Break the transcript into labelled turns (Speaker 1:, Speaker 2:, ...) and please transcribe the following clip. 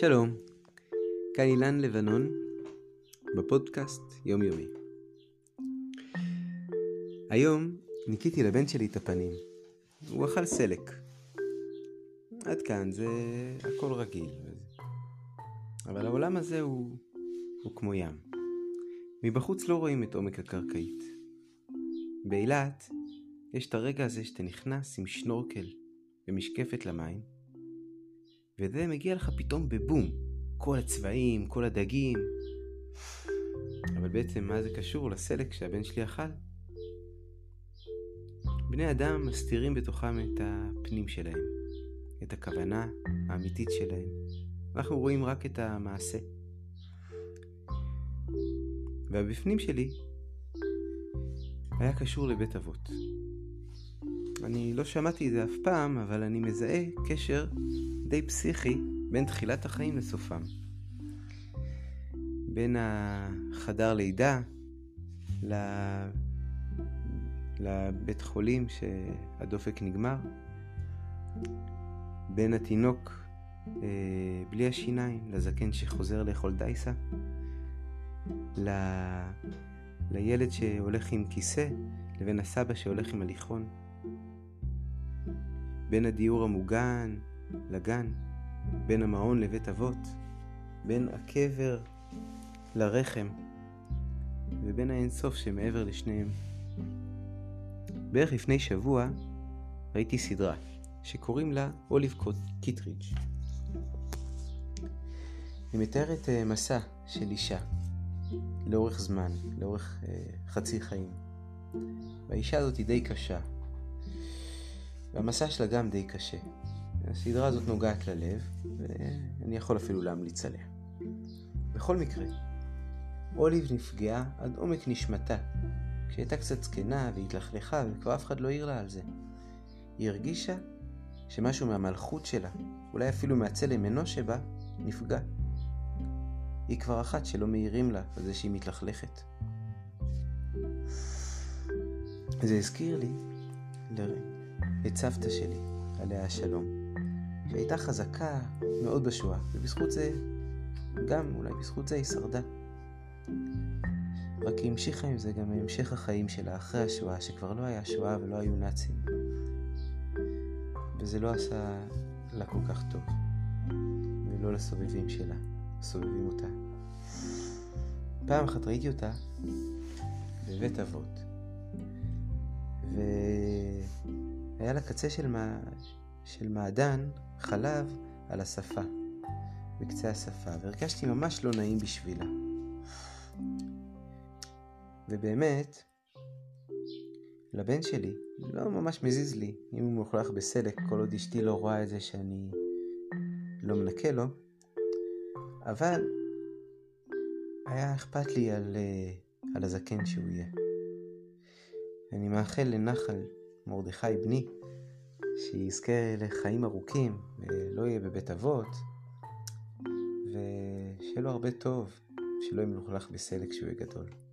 Speaker 1: שלום, כאן אילן לבנון בפודקאסט יומיומי. היום ניקיתי לבן שלי את הפנים. הוא אכל סלק. עד כאן זה הכל רגיל. אבל העולם הזה הוא כמו ים. מבחוץ לא רואים את עומק הקרקעית. באילת יש את הרגע הזה שאתה נכנס עם שנורקל ומשקפת למים, וזה מגיע לך פתאום בבום. כל הצבעים, כל הדגים. אבל בעצם מה זה קשור לסלק שהבן שלי אכל? בני אדם מסתירים בתוכם את הפנים שלהם, את הכוונה האמיתית שלהם. אנחנו רואים רק את המעשה. והבפנים שלי היה קשור לבית אבות. אני לא שמעתי את זה אף פעם, אבל אני מזהה קשר די פסיכי בין תחילת החיים לסופם. בין החדר לידה לבית חולים שהדופק נגמר, בין התינוק בלי השיניים לזקן שחוזר לאכול דייסה, לילד שהולך עם כיסא לבין הסבא שהולך עם הליכון, בין הדיור המוגן לגן, בין המעון לבית אבות, בין הקבר לרחם, ובין האינסוף שמעבר לשניהם. בערך לפני שבוע ראיתי סדרה שקוראים לה אוליב קיטרידג'. היא מתארת מסע של אישה לאורך זמן, לאורך חצי חיים. והאישה הזאת היא די קשה, והמסע שלה גם די קשה. הסדרה הזאת נוגעת ללב, ואני יכול אפילו להמליץ עליה. בכל מקרה, אוליב נפגעה עד עומק נשמתה, כשהייתה קצת זקנה והתלכלכה, וכבר אף אחד לא העיר לה על זה. היא הרגישה שמשהו מהמלכות שלה, אולי אפילו מהצלם אנוש שבה, נפגע. היא כבר אחת שלא מעירים לה על זה שהיא מתלכלכת. זה הזכיר לי את סבתא שלי, עליה השלום, שהייתה חזקה מאוד בשואה, ובזכות זה, גם אולי בזכות זה היא שרדה. רק היא המשיכה עם זה גם המשך החיים שלה אחרי השואה, שכבר לא היה שואה ולא היו נאצים. וזה לא עשה לה כל כך טוב, ולא לסובבים שלה, סובבים אותה. פעם אחת ראיתי אותה בבית אבות, והיה לה קצה של מעדן חלב על השפה, בקצה השפה, והרגשתי ממש לא נעים בשבילה. ובאמת, לבן שלי לא ממש מזיז לי אם הוא מוכלך בסלק, כל עוד אשתי לא רואה את זה שאני לא מנקה לו, אבל היה אכפת לי על הזקן שהוא יהיה. אני מאחל לנחל מרדכי בני שיזכה לחיים ארוכים ולא יהיה בבית אבות, ושיהיה לו הרבה טוב, שלא יהיה מלוכלך בסלק שהוא יהיה גדול.